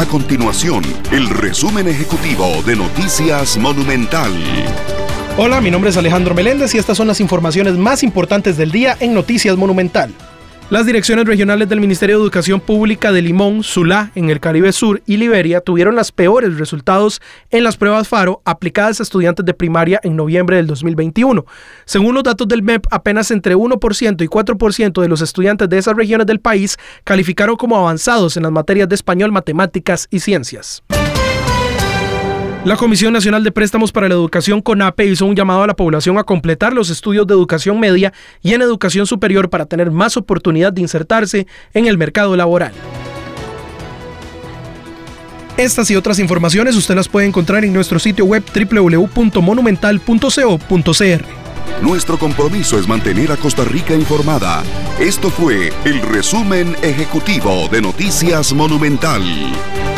A continuación, el resumen ejecutivo de Noticias Monumental. Hola, mi nombre es Alejandro Meléndez y estas son las informaciones más importantes del día en Noticias Monumental. Las direcciones regionales del Ministerio de Educación Pública de Limón, Zulá, en el Caribe Sur y Liberia tuvieron los peores resultados en las pruebas FARO aplicadas a estudiantes de primaria en noviembre del 2021. Según los datos del MEP, apenas entre 1% y 4% de los estudiantes de esas regiones del país calificaron como avanzados en las materias de español, matemáticas y ciencias. La Comisión Nacional de Préstamos para la Educación, CONAPE, hizo un llamado a la población a completar los estudios de educación media y en educación superior para tener más oportunidad de insertarse en el mercado laboral. Estas y otras informaciones usted las puede encontrar en nuestro sitio web www.monumental.co.cr. Nuestro compromiso es mantener a Costa Rica informada. Esto fue el resumen ejecutivo de Noticias Monumental.